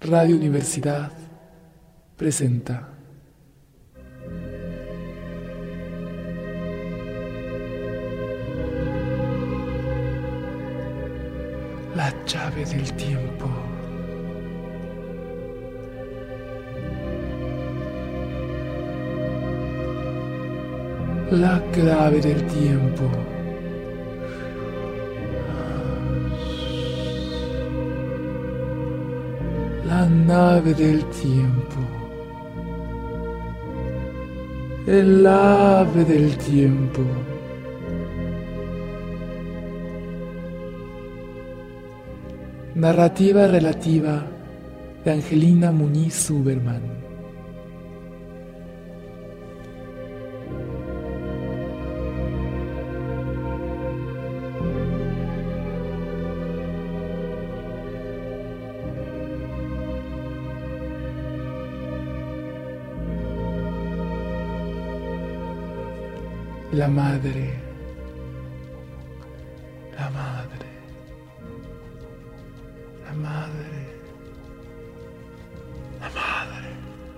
Radio Universidad presenta La llave del tiempo. La clave del tiempo. La nave del tiempo. El ave del tiempo. Narrativa relativa de Angelina Muñiz Suberman. La madre, la madre, la madre, la madre.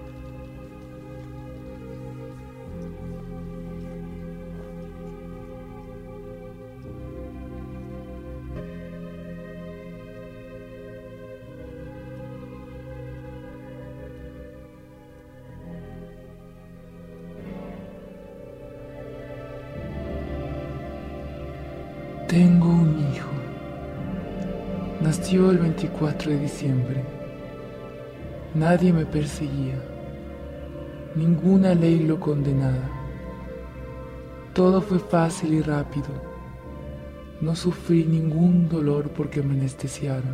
Tengo un hijo. Nació el 24 de diciembre. Nadie me perseguía. Ninguna ley lo condenaba. Todo fue fácil y rápido. No sufrí ningún dolor porque me anestesiaron.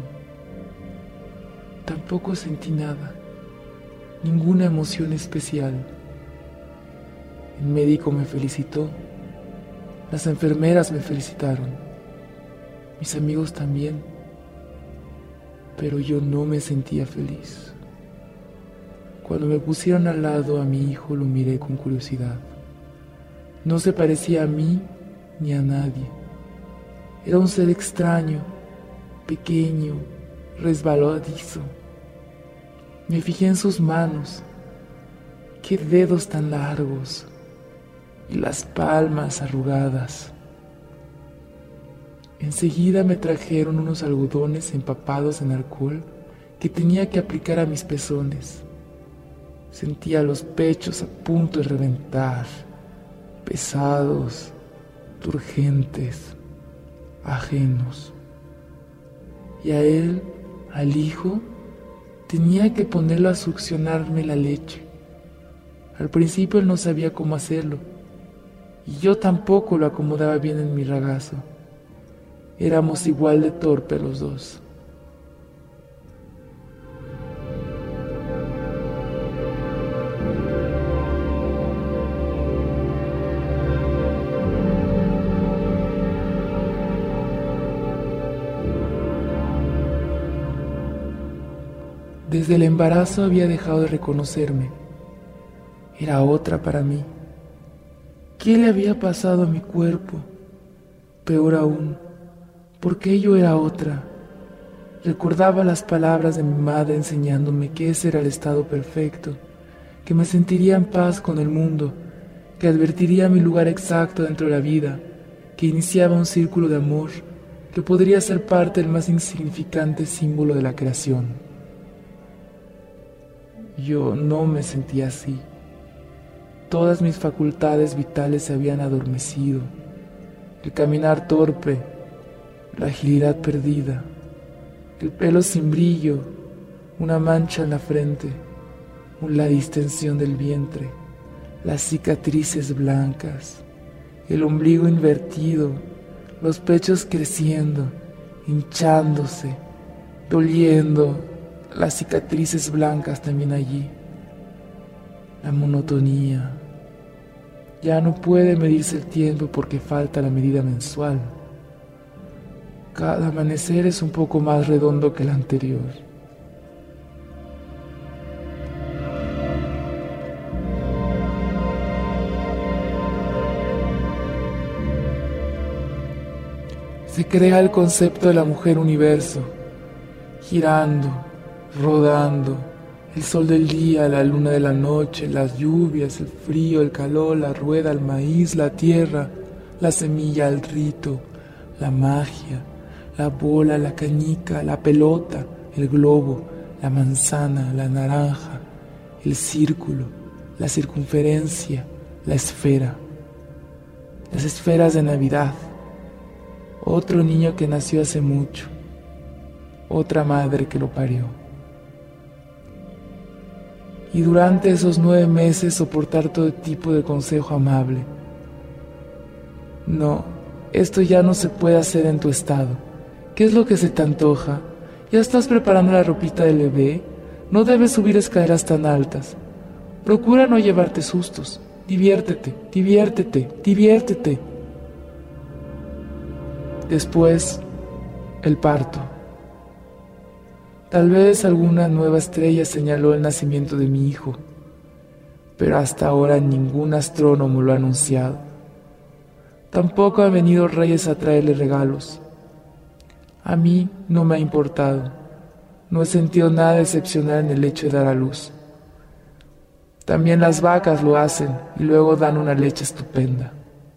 Tampoco sentí nada, ninguna emoción especial. El médico me felicitó. Las enfermeras me felicitaron. Mis amigos también. Pero yo no me sentía feliz. Cuando me pusieron al lado a mi hijo lo miré con curiosidad. No se parecía a mí ni a nadie. Era un ser extraño, pequeño, resbaladizo. Me fijé en sus manos. Qué dedos tan largos. Y las palmas arrugadas. Enseguida me trajeron unos algodones empapados en alcohol que tenía que aplicar a mis pezones. Sentía los pechos a punto de reventar, pesados, turgentes, ajenos. Y a él, al hijo, tenía que ponerlo a succionarme la leche. Al principio él no sabía cómo hacerlo. Y yo tampoco lo acomodaba bien en mi ragazo. Éramos igual de torpes los dos. Desde el embarazo había dejado de reconocerme. Era otra para mí. ¿Qué le había pasado a mi cuerpo? Peor aún, ¿por qué yo era otra? Recordaba las palabras de mi madre enseñándome que ese era el estado perfecto, que me sentiría en paz con el mundo, que advertiría mi lugar exacto dentro de la vida, que iniciaba un círculo de amor, que podría ser parte del más insignificante símbolo de la creación. Yo no me sentía así. Todas mis facultades vitales se habían adormecido. El caminar torpe, la agilidad perdida, el pelo sin brillo, una mancha en la frente, la distensión del vientre, las cicatrices blancas, el ombligo invertido, los pechos creciendo, hinchándose, doliendo, las cicatrices blancas también allí. La monotonía. Ya no puede medirse el tiempo porque falta la medida mensual. Cada amanecer es un poco más redondo que el anterior. Se crea el concepto de la mujer universo, girando, rodando, el sol del día, la luna de la noche, las lluvias, el frío, el calor, la rueda, el maíz, la tierra, la semilla, el rito, la magia, la bola, la cañica, la pelota, el globo, la manzana, la naranja, el círculo, la circunferencia, la esfera, las esferas de Navidad, otro niño que nació hace mucho, otra madre que lo parió. Y durante esos 9 meses soportar todo tipo de consejo amable. No, esto ya no se puede hacer en tu estado. ¿Qué es lo que se te antoja? ¿Ya estás preparando la ropita del bebé? No debes subir escaleras tan altas. Procura no llevarte sustos. Diviértete, diviértete, diviértete. Después, el parto. Tal vez alguna nueva estrella señaló el nacimiento de mi hijo, pero hasta ahora ningún astrónomo lo ha anunciado. Tampoco han venido reyes a traerle regalos. A mí no me ha importado. No he sentido nada excepcional en el hecho de dar a luz. También las vacas lo hacen y luego dan una leche estupenda.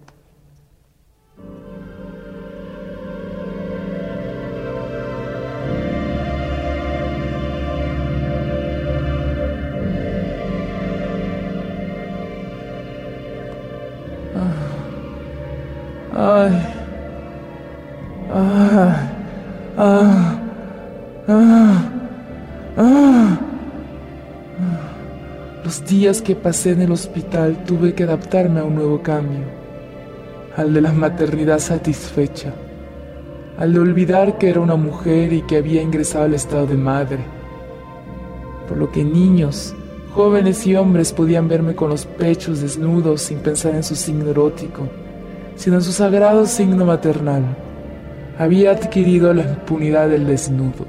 Ay, ay, ah, ah, ah. Los días que pasé en el hospital tuve que adaptarme a un nuevo cambio, al de la maternidad satisfecha, al de olvidar que era una mujer y que había ingresado al estado de madre, por lo que niños, jóvenes y hombres podían verme con los pechos desnudos sin pensar en su signo erótico, sino en su sagrado signo maternal. Había adquirido la impunidad del desnudo.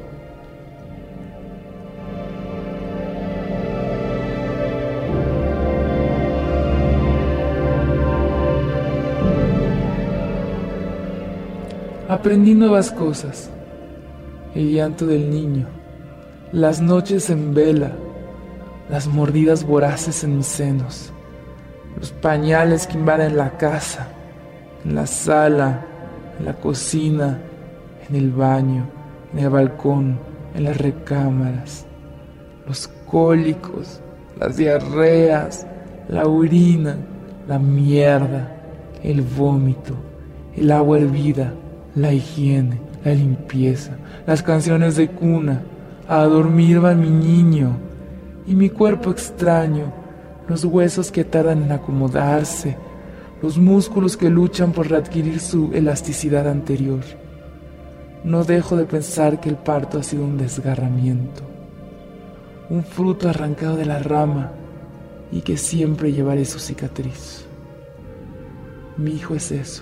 Aprendí nuevas cosas. El llanto del niño, las noches en vela, las mordidas voraces en mis senos, los pañales que invaden la casa, en la sala, en la cocina, en el baño, en el balcón, en las recámaras, los cólicos, las diarreas, la orina, la mierda, el vómito, el agua hervida, la higiene, la limpieza, las canciones de cuna, a dormir va mi niño, y mi cuerpo extraño, los huesos que tardan en acomodarse, los músculos que luchan por readquirir su elasticidad anterior. No dejo de pensar que el parto ha sido un desgarramiento, un fruto arrancado de la rama y que siempre llevaré su cicatriz. Mi hijo es eso,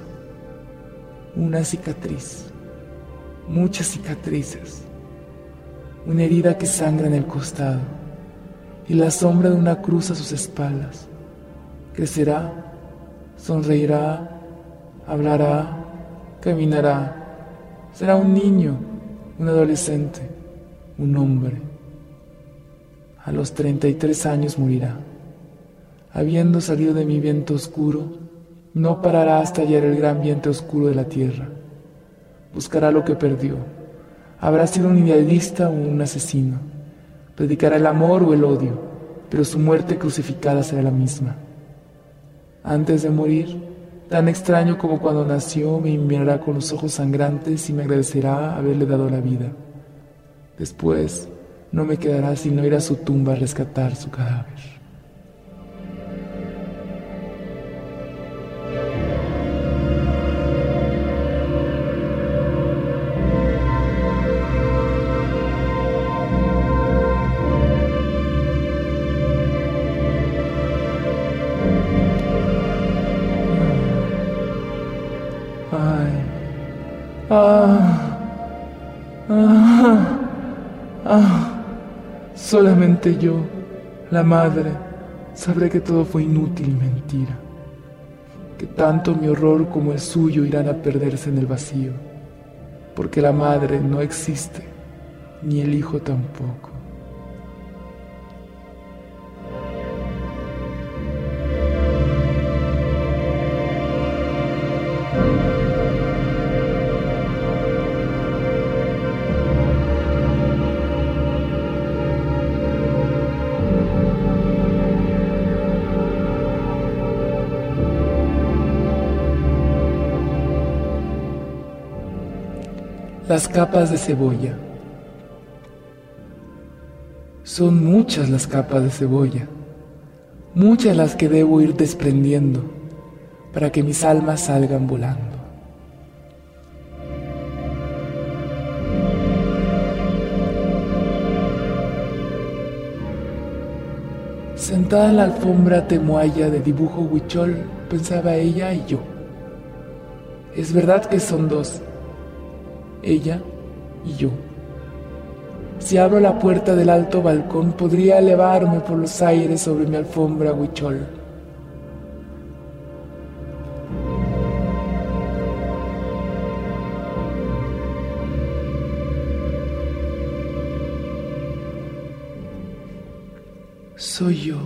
una cicatriz, muchas cicatrices, una herida que sangra en el costado y la sombra de una cruz a sus espaldas. Crecerá, sonreirá, hablará, caminará. Será un niño, un adolescente, un hombre. A los 33 años morirá. Habiendo salido de mi viento oscuro, no parará hasta hallar el gran viento oscuro de la tierra. Buscará lo que perdió. Habrá sido un idealista o un asesino. Predicará el amor o el odio, pero su muerte crucificada será la misma. Antes de morir, tan extraño como cuando nació, me mirará con los ojos sangrantes y me agradecerá haberle dado la vida. Después, no me quedará sino ir a su tumba a rescatar su cadáver. Solamente yo, la madre, sabré que todo fue inútil y mentira, que tanto mi horror como el suyo irán a perderse en el vacío, porque la madre no existe, ni el hijo tampoco. Las capas de cebolla. Son muchas las capas de cebolla, muchas las que debo ir desprendiendo para que mis almas salgan volando. Sentada en la alfombra temuaya de dibujo huichol, pensaba ella y yo. Es verdad que son dos, ella y yo. Si abro la puerta del alto balcón, podría elevarme por los aires sobre mi alfombra huichol. Soy yo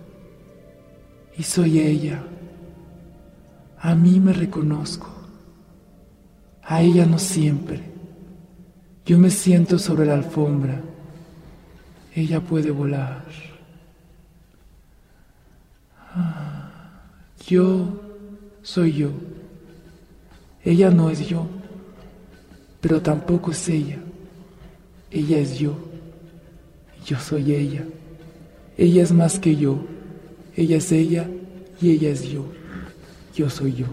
y soy ella. A mí me reconozco, a ella no siempre. Yo me siento sobre la alfombra, ella puede volar. Yo soy yo, ella no es yo, pero tampoco es ella. Ella es yo, y yo soy ella. Ella es más que yo, ella es ella y ella es yo. Yo soy yo.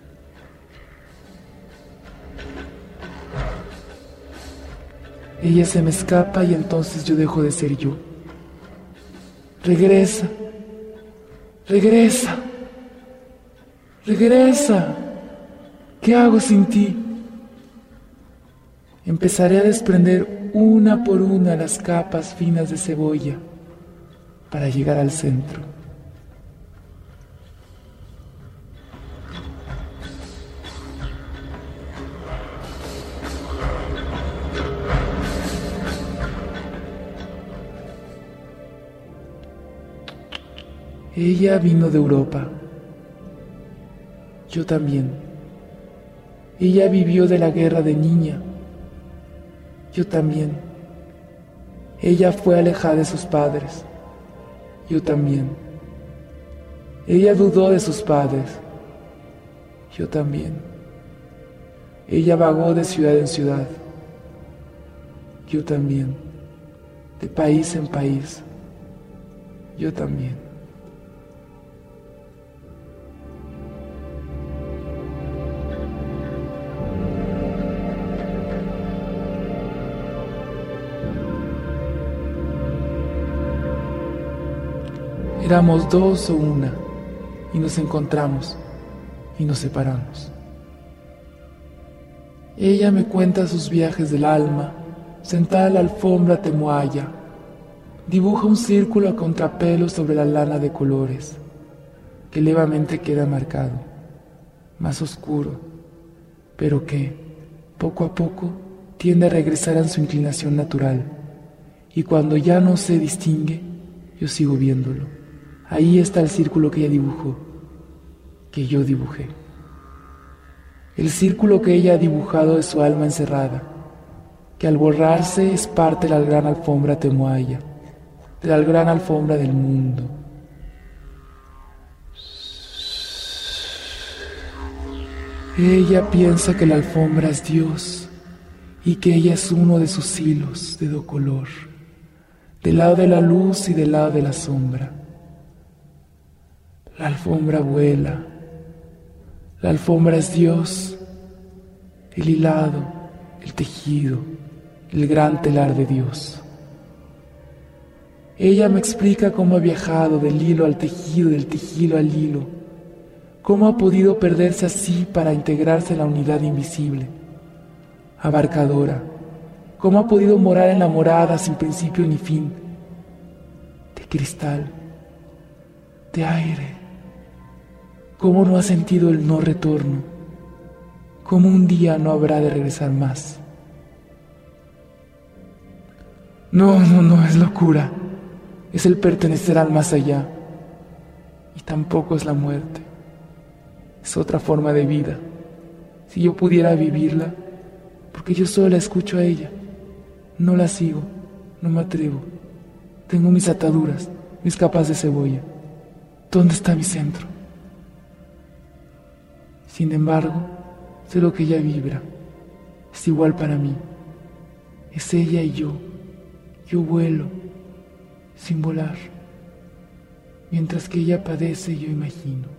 Ella se me escapa y entonces yo dejo de ser yo. Regresa, regresa, regresa. ¿Qué hago sin ti? Empezaré a desprender una por una las capas finas de cebolla para llegar al centro. Ella vino de Europa. Yo también. Ella vivió de la guerra de niña. Yo también. Ella fue alejada de sus padres. Yo también. Ella dudó de sus padres. Yo también. Ella vagó de ciudad en ciudad. Yo también. De país en país. Yo también. Éramos dos o una, y nos encontramos, y nos separamos. Ella me cuenta sus viajes del alma, sentada en la alfombra temuaya. Dibuja un círculo a contrapelo sobre la lana de colores, que levemente queda marcado, más oscuro, pero que, poco a poco, tiende a regresar a su inclinación natural, y cuando ya no se distingue, yo sigo viéndolo. Ahí está el círculo que ella dibujó, que yo dibujé. El círculo que ella ha dibujado de su alma encerrada, que al borrarse es parte de la gran alfombra temuaya, de la gran alfombra del mundo. Ella piensa que la alfombra es Dios y que ella es uno de sus hilos de do color, del lado de la luz y del lado de la sombra. La alfombra vuela, la alfombra es Dios, el hilado, el tejido, el gran telar de Dios. Ella me explica cómo ha viajado del hilo al tejido, del tejido al hilo, cómo ha podido perderse así para integrarse en la unidad invisible, abarcadora, cómo ha podido morar en la morada sin principio ni fin, de cristal, de aire. ¿Cómo no ha sentido el no retorno? ¿Cómo un día no habrá de regresar más? No, es locura. Es el pertenecer al más allá. Y tampoco es la muerte. Es otra forma de vida. Si yo pudiera vivirla, porque yo solo la escucho a ella. No la sigo, no me atrevo. Tengo mis ataduras, mis capas de cebolla. ¿Dónde está mi centro? Sin embargo, sé lo que ella vibra, es igual para mí. Es ella y yo vuelo, sin volar, mientras que ella padece, yo imagino.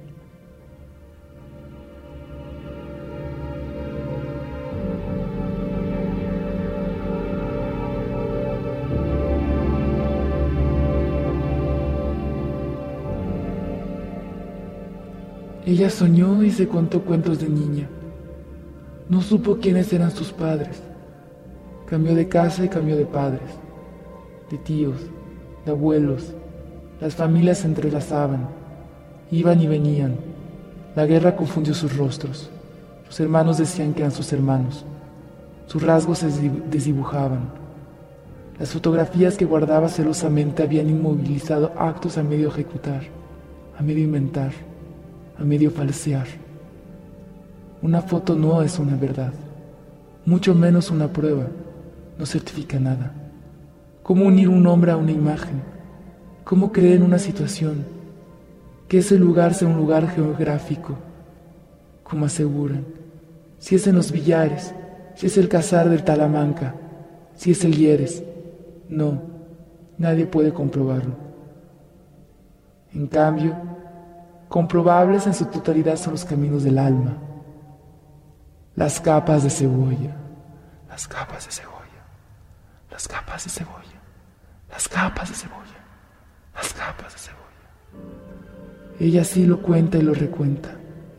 Ella soñó y se contó cuentos de niña. No supo quiénes eran sus padres. Cambió de casa y cambió de padres, de tíos, de abuelos. Las familias se entrelazaban, iban y venían. La guerra confundió sus rostros. Sus hermanos decían que eran sus hermanos. Sus rasgos se desdibujaban. Las fotografías que guardaba celosamente habían inmovilizado actos a medio ejecutar, a medio inventar, a medio falsear. Una foto no es una verdad, mucho menos una prueba, no certifica nada. ¿Cómo unir un hombre a una imagen? ¿Cómo creer en una situación? Que ese lugar sea un lugar geográfico, como aseguran. Si es en los Villares, si es el Casar del Talamanca, si es el Lieres. No, nadie puede comprobarlo. En cambio, comprobables en su totalidad son los caminos del alma. Las capas de cebolla, las capas de cebolla, las capas de cebolla, las capas de cebolla, las capas de cebolla. Ella sí lo cuenta y lo recuenta.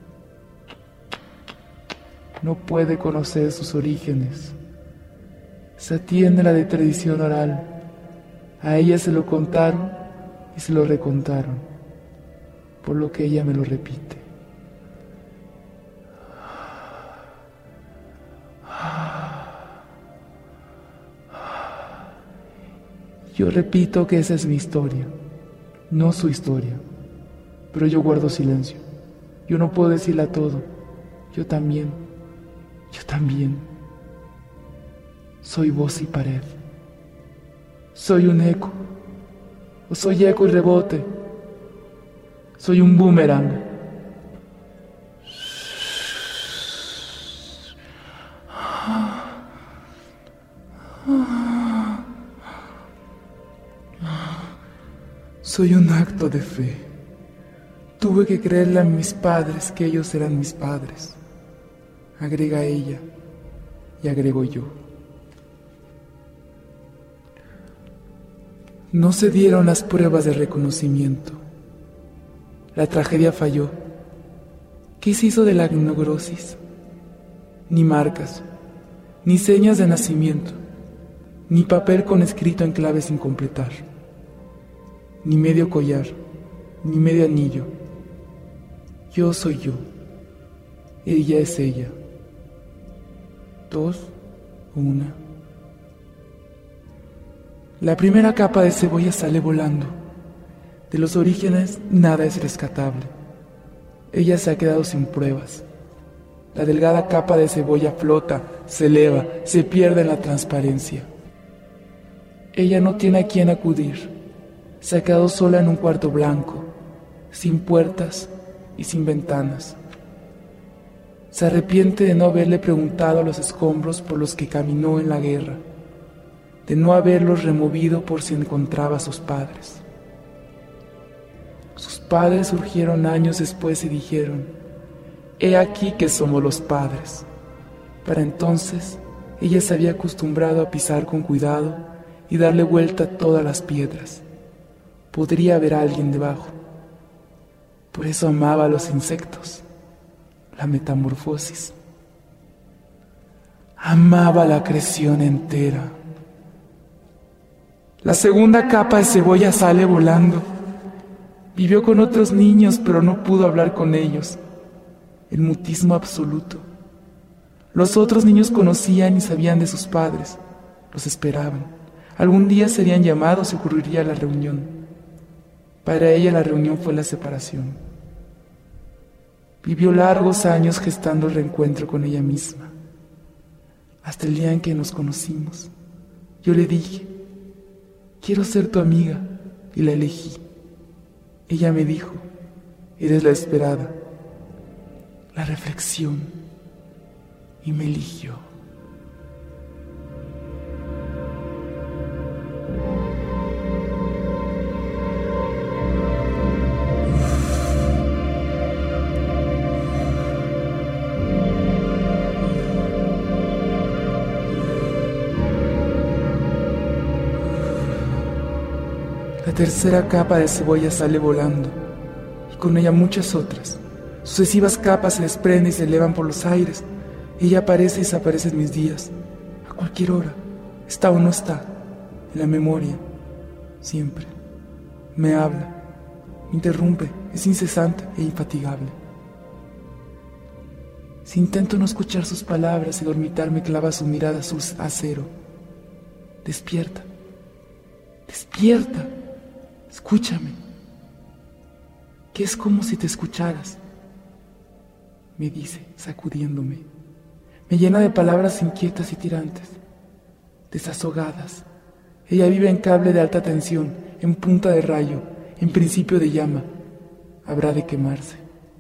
No puede conocer sus orígenes. Se atiende a la de tradición oral. A ella se lo contaron y se lo recontaron, por lo que ella me lo repite. Yo repito que esa es mi historia, no su historia, pero yo guardo silencio. Yo no puedo decirla todo. Yo también. Soy voz y pared. Soy un eco, o soy eco y rebote. Soy un boomerang. Soy un acto de fe. Tuve que creerle a mis padres que ellos eran mis padres. Agrega ella y agrego yo. No se dieron las pruebas de reconocimiento. La tragedia falló. ¿Qué se hizo de la gnogrosis? Ni marcas, ni señas de nacimiento, ni papel con escrito en clave sin completar, ni medio collar, ni medio anillo. Yo soy yo. Ella es ella. Dos o una. La primera capa de cebolla sale volando. De los orígenes nada es rescatable. Ella se ha quedado sin pruebas. La delgada capa de cebolla flota, se eleva, se pierde en la transparencia. Ella no tiene a quién acudir. Se ha quedado sola en un cuarto blanco, sin puertas y sin ventanas. Se arrepiente de no haberle preguntado a los escombros por los que caminó en la guerra, de no haberlos removido por si encontraba a sus padres. Sus padres surgieron años después y dijeron: «He aquí que somos los padres». Para entonces, ella se había acostumbrado a pisar con cuidado y darle vuelta a todas las piedras. Podría haber alguien debajo. Por eso amaba a los insectos, la metamorfosis. Amaba la creación entera. La segunda capa de cebolla sale volando. Vivió con otros niños, pero no pudo hablar con ellos. El mutismo absoluto. Los otros niños conocían y sabían de sus padres. Los esperaban. Algún día serían llamados y ocurriría la reunión. Para ella la reunión fue la separación. Vivió largos años gestando el reencuentro con ella misma. Hasta el día en que nos conocimos. Yo le dije: «Quiero ser tu amiga», y la elegí. Ella me dijo: «Eres la esperada, la reflexión», y me eligió. La tercera capa de cebolla sale volando, y con ella muchas otras. Sucesivas capas se desprenden y se elevan por los aires. Ella aparece y desaparece en mis días, a cualquier hora, está o no está, en la memoria, siempre. Me habla, me interrumpe, es incesante e infatigable. Si intento no escuchar sus palabras y dormitar, me clava su mirada azul acero. Despierta, despierta, escúchame, que es como si te escucharas, me dice, sacudiéndome. Me llena de palabras inquietas y tirantes, desahogadas. Ella vive en cable de alta tensión, en punta de rayo, en principio de llama. Habrá de quemarse.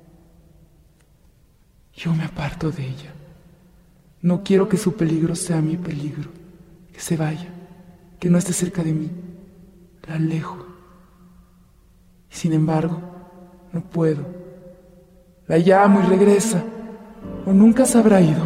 Yo me aparto de ella. No quiero que su peligro sea mi peligro. Que se vaya, que no esté cerca de mí. La alejo. Y sin embargo, no puedo. La llamo y regresa. ¿O nunca se habrá ido?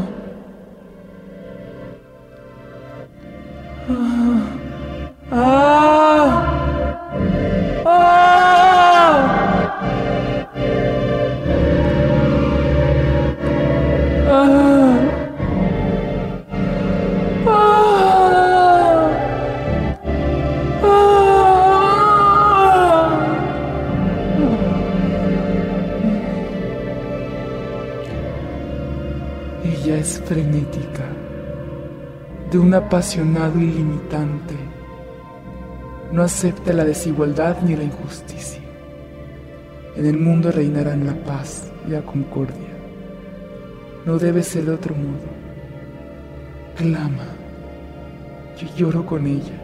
Ella es frenética, de un apasionado ilimitante. No acepta la desigualdad ni la injusticia. En el mundo reinarán la paz y la concordia. No debe ser de otro modo. Clama. Yo lloro con ella.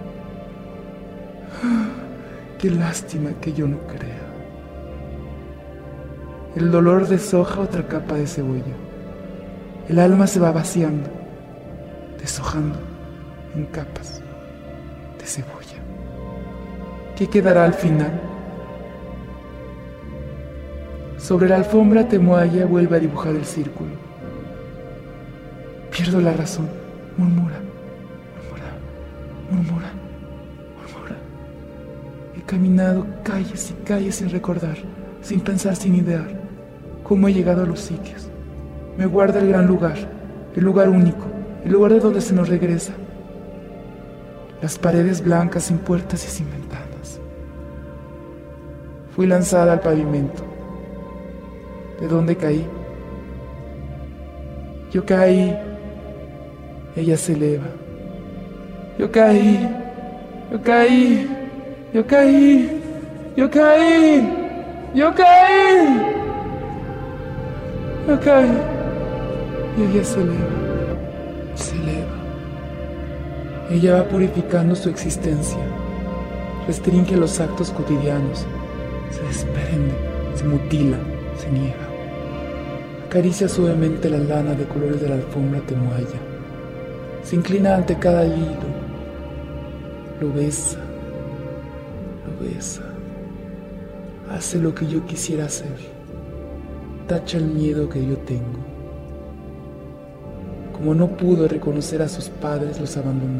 Qué lástima que yo no crea. El dolor deshoja otra capa de cebolla. El alma se va vaciando, deshojando en capas de cebolla. ¿Qué quedará al final? Sobre la alfombra Temoaya vuelve a dibujar el círculo. Pierdo la razón. Murmura, murmura, murmura, murmura. He caminado calles y calles sin recordar, sin pensar, sin idear. ¿Cómo he llegado a los sitios? Me guarda el gran lugar, el lugar único, el lugar de donde se nos regresa. Las paredes blancas sin puertas y sin ventanas. Fui lanzada al pavimento. ¿De dónde caí? Yo caí. Ella se eleva. Yo caí. Yo caí. Yo caí. Yo caí. Yo caí. Yo caí. Y ella se eleva. Se eleva. Ella va purificando su existencia. Restringe los actos cotidianos. Se desprende. Se mutila. Se niega. Acaricia suavemente la lana de colores de la alfombra Temoaya. Se inclina ante cada hilo. Lo besa. Lo besa. Hace lo que yo quisiera hacer. Tacha el miedo que yo tengo. Como no pudo reconocer a sus padres, los abandonó.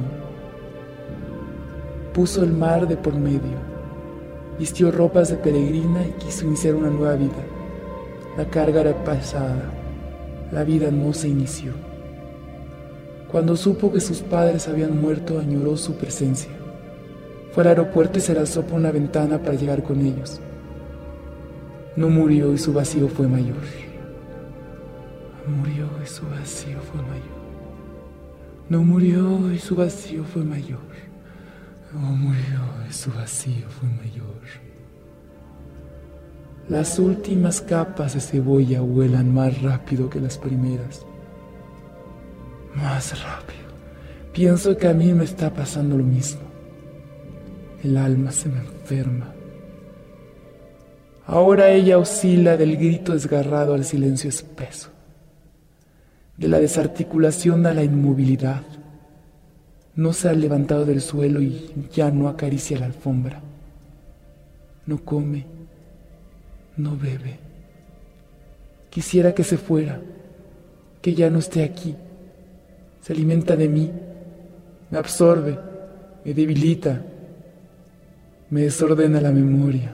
Puso el mar de por medio. Vistió ropas de peregrina y quiso iniciar una nueva vida. La carga era pesada. La vida no se inició. Cuando supo que sus padres habían muerto, añoró su presencia. Fue al aeropuerto y se lanzó por una ventana para llegar con ellos. No murió y su vacío fue mayor. Murió y su vacío fue mayor. No murió y su vacío fue mayor. No murió y su vacío fue mayor. Las últimas capas de cebolla vuelan más rápido que las primeras. Más rápido. Pienso que a mí me está pasando lo mismo. El alma se me enferma. Ahora ella oscila del grito desgarrado al silencio espeso, de la desarticulación a la inmovilidad. No se ha levantado del suelo y ya no acaricia la alfombra. No come, no bebe. Quisiera que se fuera, que ya no esté aquí. Se alimenta de mí, me absorbe, me debilita. Me desordena la memoria.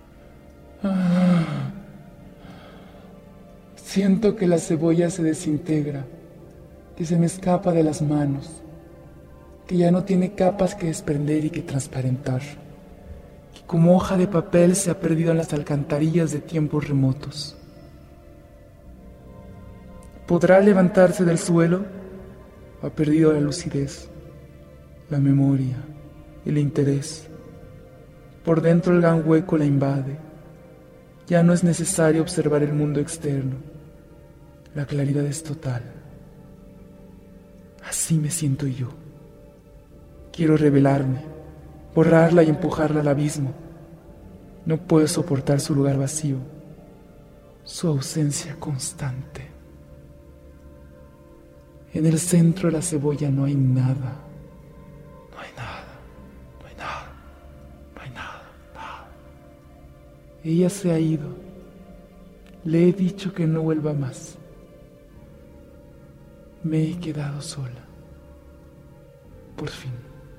Siento que la cebolla se desintegra, que se me escapa de las manos, que ya no tiene capas que desprender y que transparentar, que como hoja de papel se ha perdido en las alcantarillas de tiempos remotos. ¿Podrá levantarse del suelo? Ha perdido la lucidez, la memoria, el interés. Por dentro el gran hueco la invade. Ya no es necesario observar el mundo externo. La claridad es total. Así me siento yo. Quiero revelarme, borrarla y empujarla al abismo. No puedo soportar su lugar vacío, su ausencia constante. En el centro de la cebolla no hay nada. No hay nada, no hay nada, no hay nada, nada. Ella se ha ido. Le he dicho que no vuelva más. Me he quedado sola. Por fin.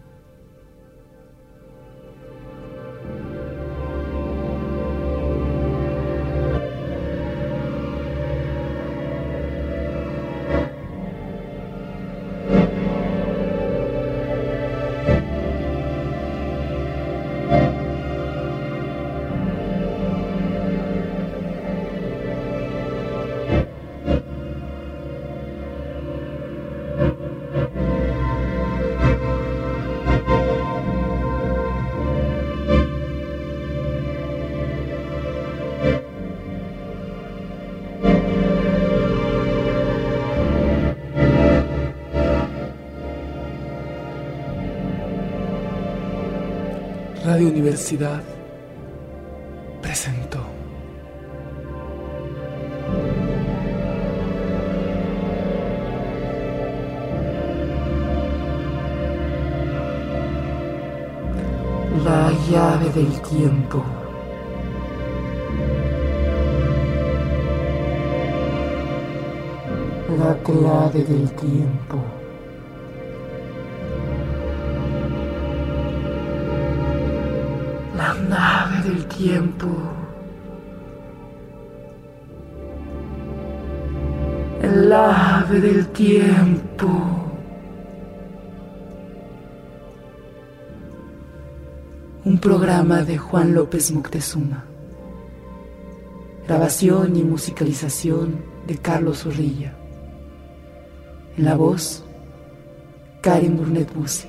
Radio Universidad presentó La llave del tiempo. La clave del tiempo. La nave del tiempo. El ave del tiempo. Un programa de Juan López Moctezuma. Grabación y musicalización de Carlos Zorrilla. En la voz, Karen Burnett Busi.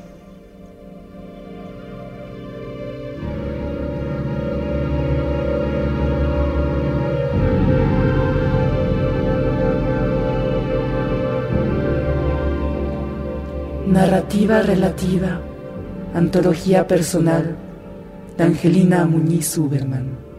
Narrativa relativa, antología personal de Angelina Muñiz Uberman.